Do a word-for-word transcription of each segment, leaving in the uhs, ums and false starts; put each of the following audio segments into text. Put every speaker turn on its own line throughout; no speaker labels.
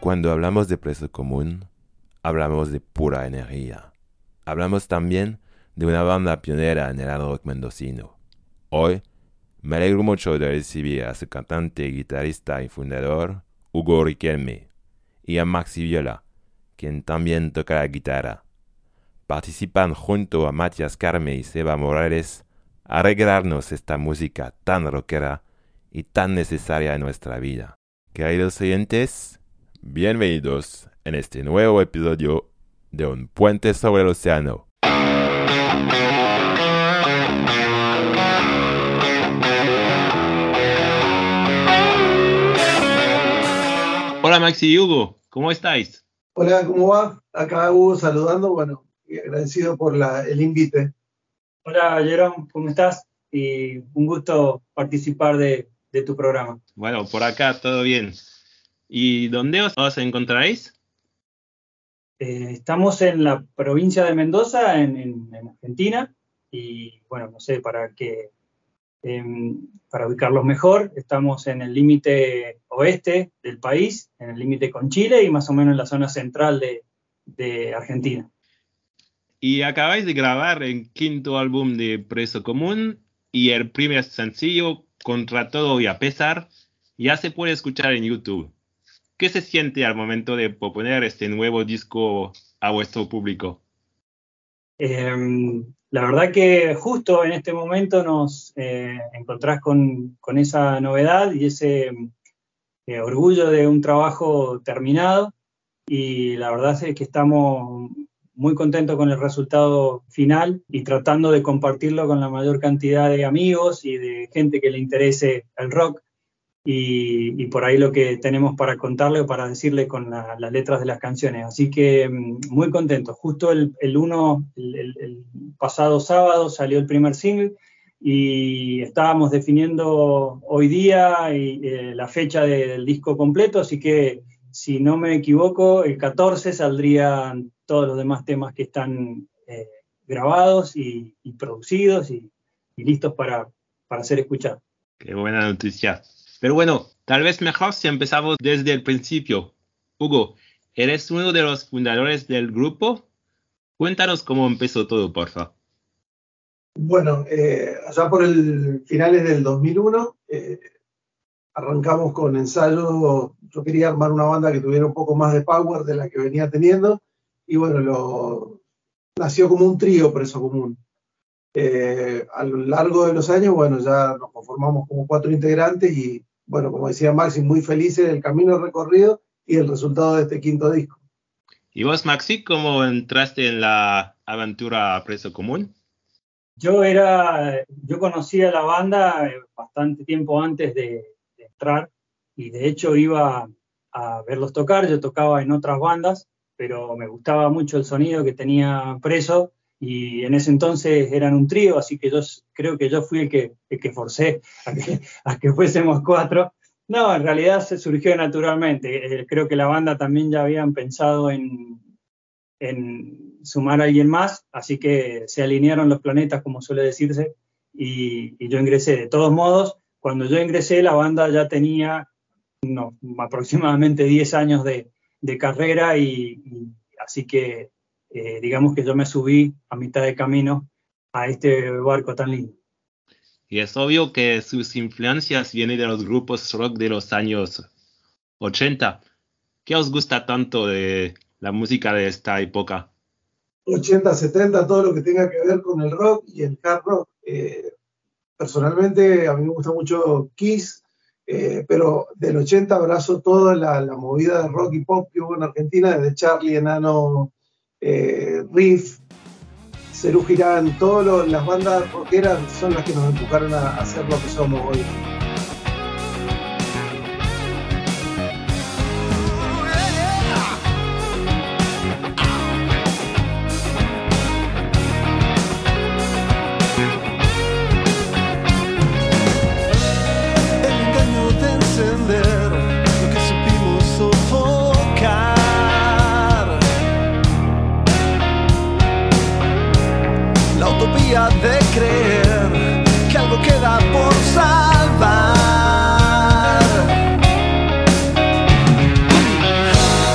cuando hablamos de Preso Común, hablamos de pura energía. Hablamos también de una banda pionera en el hard rock mendocino. Hoy, me alegro mucho de recibir a su cantante, guitarrista y fundador, Hugo Riquelme, y a Maxi Viola, quien también toca la guitarra. Participan junto a Matías Carme y Seba Morales a regalarnos esta música tan rockera y tan necesaria en nuestra vida. Queridos oyentes, bienvenidos en este nuevo episodio de Un Puente sobre el Océano.
Hola Maxi y Hugo, ¿cómo estáis?
Hola, ¿cómo va? Acá Hugo saludando, bueno, y agradecido por la, el invite.
Hola Jerome, ¿cómo estás? Y un gusto participar de, de tu programa.
Bueno, por acá todo bien. ¿Y dónde os, os encontráis?
Eh, estamos en la provincia de Mendoza, en, en, en Argentina, y bueno, no sé, para que eh, para ubicarlos mejor, estamos en el límite oeste del país, en el límite con Chile y más o menos en la zona central de, de Argentina.
Y acabáis de grabar el quinto álbum de Preso Común y el primer sencillo, Contra Todo y a Pesar, ya se puede escuchar en YouTube. ¿Qué se siente al momento de proponer este nuevo disco a vuestro público?
Eh, la verdad que justo en este momento nos eh, encontrás con, con esa novedad y ese eh, orgullo de un trabajo terminado, y la verdad es que estamos muy contentos con el resultado final y tratando de compartirlo con la mayor cantidad de amigos y de gente que le interese el rock. Y, y por ahí lo que tenemos para contarle o para decirle con la, las letras de las canciones. Así que muy contento. Justo el, el, uno, el, el, el pasado sábado salió el primer single y estábamos definiendo hoy día y, eh, la fecha de, del disco completo, así que si no me equivoco, el catorce saldrían todos los demás temas que están eh, grabados y, y producidos y, y listos para, para ser escuchados.
Qué buena noticia. Pero bueno, tal vez mejor si empezamos desde el principio. Hugo, ¿eres uno de los fundadores del grupo? Cuéntanos cómo empezó todo, por favor.
Bueno, eh, allá por el finales del dos mil uno, eh, arrancamos con ensayos. Yo quería armar una banda que tuviera un poco más de power de la que venía teniendo, y bueno, lo, nació como un trío Preso Común. Eh, a lo largo de los años, bueno, ya nos conformamos como cuatro integrantes y, bueno, como decía Maxi, muy felices del camino recorrido y el resultado de este quinto disco.
¿Y vos, Maxi, cómo entraste en la aventura Preso Común?
Yo era, yo conocía la banda bastante tiempo antes de, de entrar, y de hecho iba a verlos tocar. Yo tocaba en otras bandas, pero me gustaba mucho el sonido que tenía Preso, y en ese entonces eran un trío, así que yo creo que yo fui el que, el que forcé a que, a que fuésemos cuatro. No, en realidad se surgió naturalmente. Eh, creo que la banda también ya habían pensado en, en sumar a alguien más, así que se alinearon los planetas, como suele decirse, y, y yo ingresé. De todos modos, cuando yo ingresé, la banda ya tenía no, aproximadamente diez años de, de carrera, y, y así que Eh, digamos que yo me subí a mitad de camino a este barco tan lindo.
Y es obvio que sus influencias vienen de los grupos rock de los años ochenta. ¿Qué os gusta tanto de la música de esta época?
ochenta, setenta, todo lo que tenga que ver con el rock y el hard rock. Eh, personalmente a mí me gusta mucho Kiss, eh, pero del ochenta abrazo toda la, la movida de rock y pop que hubo en Argentina, desde Charlie, Enano, Eh, Riff, Serú Girán, todas las bandas rockeras son las que nos empujaron a, a ser lo que somos hoy.
De creer que algo queda por salvar.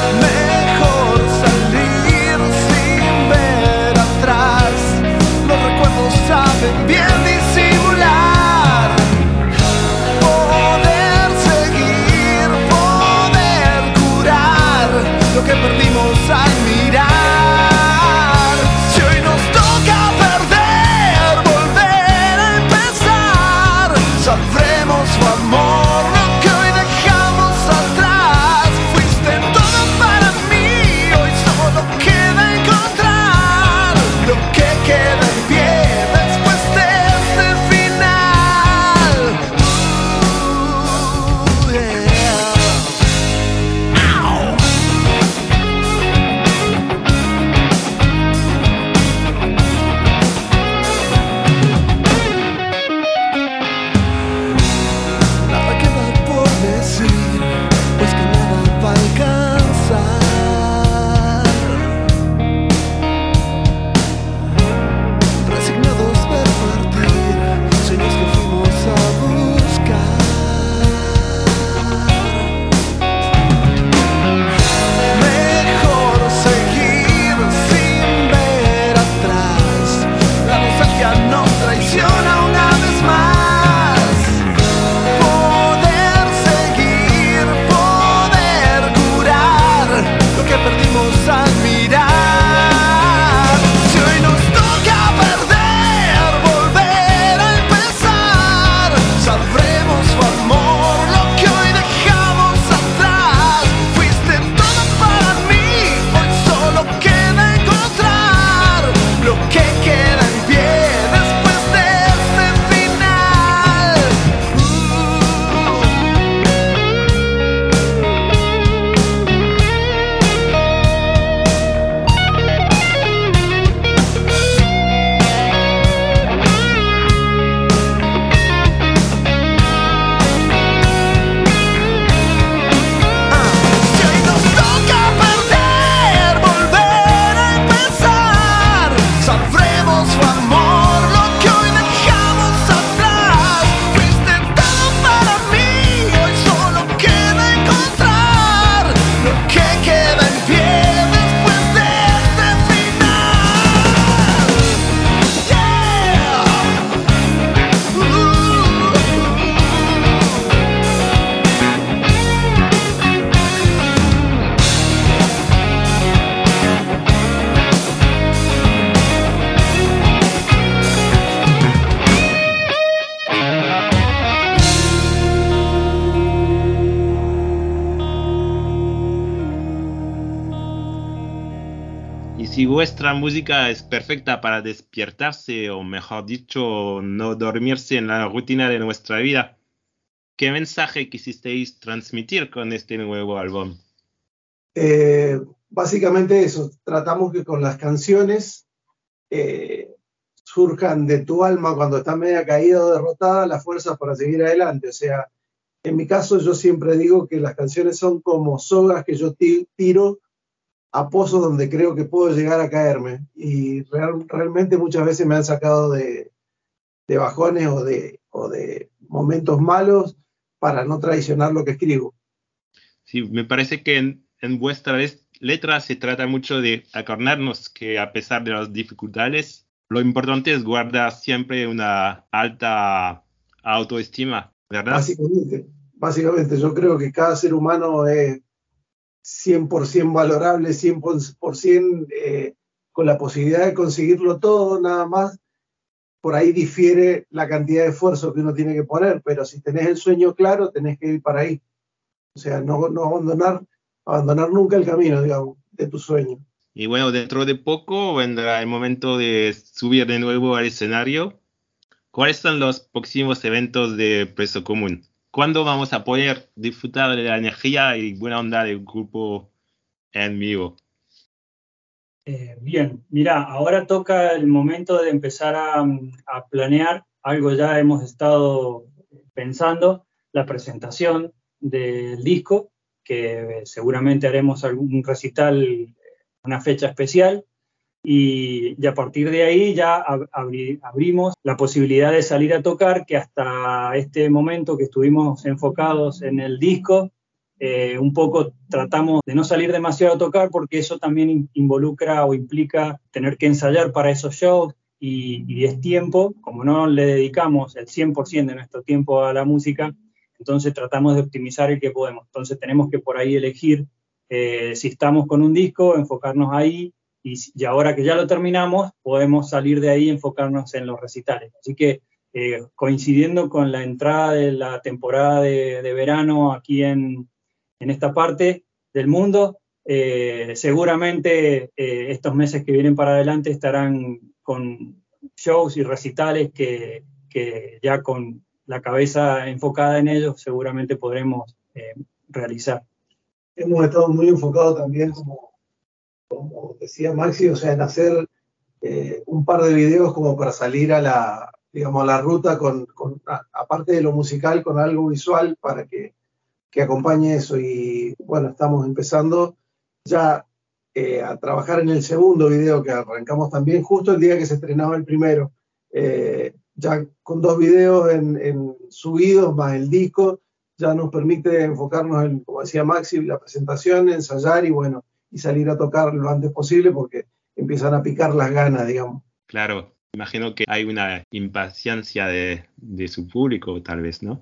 si vuestra música es perfecta para despertarse, o mejor dicho, no dormirse en la rutina de nuestra vida, ¿qué mensaje quisisteis transmitir con este nuevo álbum?
Eh, básicamente eso, tratamos que con las canciones eh, surjan de tu alma cuando estás media caída o derrotada las fuerzas para seguir adelante. O sea, en mi caso yo siempre digo que las canciones son como sogas que yo tiro a pozos donde creo que puedo llegar a caerme, y real, realmente muchas veces me han sacado de, de bajones o de, o de momentos malos para no traicionar lo que escribo.
Sí, me parece que en, en vuestra letra se trata mucho de acordarnos que a pesar de las dificultades, lo importante es guardar siempre una alta autoestima, ¿verdad?
Básicamente, básicamente yo creo que cada ser humano es cien por ciento valorable, cien por ciento eh, con la posibilidad de conseguirlo todo, nada más. Por ahí difiere la cantidad de esfuerzo que uno tiene que poner, pero si tenés el sueño claro, tenés que ir para ahí. O sea, no, no abandonar, abandonar nunca el camino, digamos, de tu sueño.
Y bueno, dentro de poco vendrá el momento de subir de nuevo al escenario. ¿Cuáles son los próximos eventos de Preso Común? ¿Cuándo vamos a poder disfrutar de la energía y buena onda del grupo en vivo?
Eh, bien, mira, ahora toca el momento de empezar a, a planear, algo ya hemos estado pensando, la presentación del disco, que seguramente haremos algún recital, una fecha especial, y, y a partir de ahí ya ab abri abrimos la posibilidad de salir a tocar, que hasta este momento que estuvimos enfocados en el disco, Eh, un poco tratamos de no salir demasiado a tocar, porque eso también involucra o implica tener que ensayar para esos shows, y, y es tiempo, como no le dedicamos el cien por ciento de nuestro tiempo a la música, entonces tratamos de optimizar el que podemos. Entonces tenemos que por ahí elegir eh, si estamos con un disco, enfocarnos ahí, y, y ahora que ya lo terminamos, podemos salir de ahí y enfocarnos en los recitales. Así que eh, coincidiendo con la entrada de la temporada de, de verano aquí en en esta parte del mundo, eh, seguramente eh, estos meses que vienen para adelante estarán con shows y recitales que, que ya con la cabeza enfocada en ellos seguramente podremos eh, realizar.
Hemos estado muy enfocados también, como, como decía Maxi, o sea, en hacer eh, un par de videos como para salir a la, digamos, a la ruta, con, con, aparte de lo musical, con algo visual para que que acompañe eso. Y bueno, estamos empezando ya eh, a trabajar en el segundo video, que arrancamos también justo el día que se estrenaba el primero, eh, ya con dos videos en, en subidos más el disco, ya nos permite enfocarnos en, como decía Maxi, la presentación, ensayar y bueno, y salir a tocar lo antes posible, porque empiezan a picar las ganas, digamos.
Claro, imagino que hay una impaciencia de, de su público, tal vez, ¿no?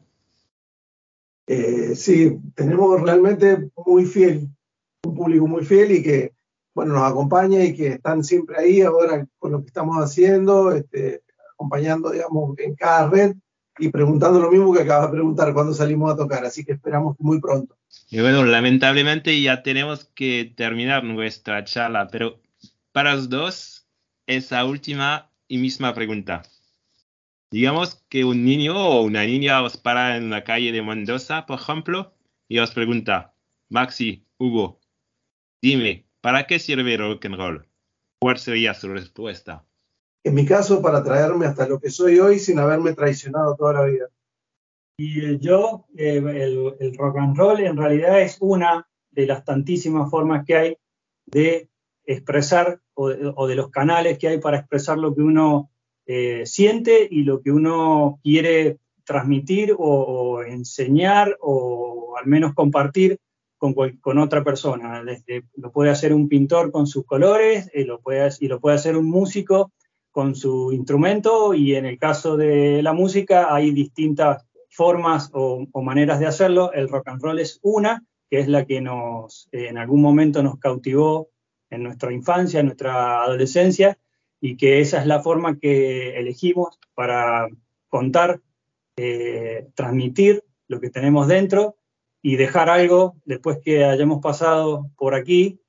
Eh, sí, tenemos realmente muy fiel, un público muy fiel y que, bueno, nos acompaña y que están siempre ahí ahora con lo que estamos haciendo, este, acompañando, digamos, en cada red y preguntando lo mismo que acabas de preguntar cuando salimos a tocar, así que esperamos que muy pronto.
Y bueno, lamentablemente ya tenemos que terminar nuestra charla, pero para los dos, esa última y misma pregunta. Digamos que un niño o una niña os para en la calle de Mendoza, por ejemplo, y os pregunta, Maxi, Hugo, dime, ¿para qué sirve el rock and roll? ¿Cuál sería su respuesta?
En mi caso, para traerme hasta lo que soy hoy sin haberme traicionado toda la vida.
Y yo, eh, el, el rock and roll en realidad es una de las tantísimas formas que hay de expresar, o, o de los canales que hay para expresar lo que uno Eh, siente y lo que uno quiere transmitir o, o enseñar o al menos compartir con, con otra persona. Desde, lo puede hacer un pintor con sus colores eh, lo puede, y lo puede hacer un músico con su instrumento, y en el caso de la música hay distintas formas o, o maneras de hacerlo. El rock and roll es una, que es la que nos, eh, en algún momento nos cautivó en nuestra infancia, en nuestra adolescencia, y que esa es la forma que elegimos para contar, eh, transmitir lo que tenemos dentro y dejar algo después que hayamos pasado por aquí,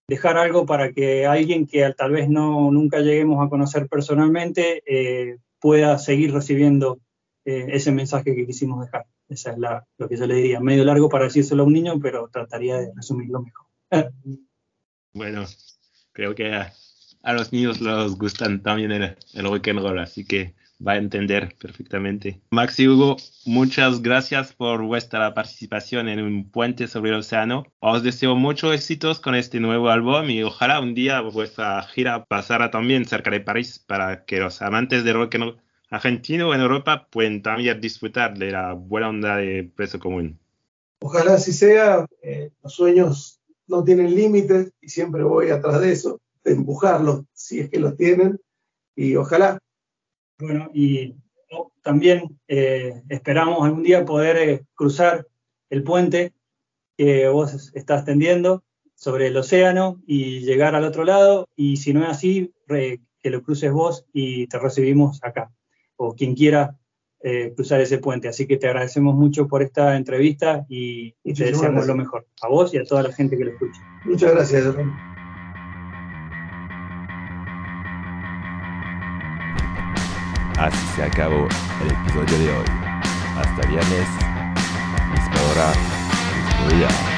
dejar algo para que alguien que tal vez no, nunca lleguemos a conocer personalmente eh, pueda seguir recibiendo eh, ese mensaje que quisimos dejar. Esa es la, lo que yo le diría. Medio largo para decírselo a un niño, pero trataría de resumirlo mejor.
Bueno, creo que a, a los niños les gustan también el, el rock and roll, así que va a entender perfectamente. Max y Hugo, muchas gracias por vuestra participación en Un Puente sobre el Océano. Os deseo muchos éxitos con este nuevo álbum y ojalá un día vuestra gira pasara también cerca de París para que los amantes del rock and roll argentino en Europa pueden también disfrutar de la buena onda de Preso Común.
Ojalá así sea. Eh, los sueños no tienen límites y siempre voy atrás de eso, de empujarlos si es que los tienen, y ojalá.
Bueno, y oh, también eh, esperamos algún día poder eh, cruzar el puente que vos estás tendiendo sobre el océano y llegar al otro lado, y si no es así, re, que lo cruces vos y te recibimos acá, o quien quiera eh, cruzar ese puente. Así que te agradecemos mucho por esta entrevista y, y te deseamos gracias. Lo mejor, a vos y a toda la gente que lo escucha.
Muchas gracias, Ron.
Así se acabó el episodio de hoy. Hasta viernes. Hasta ahora.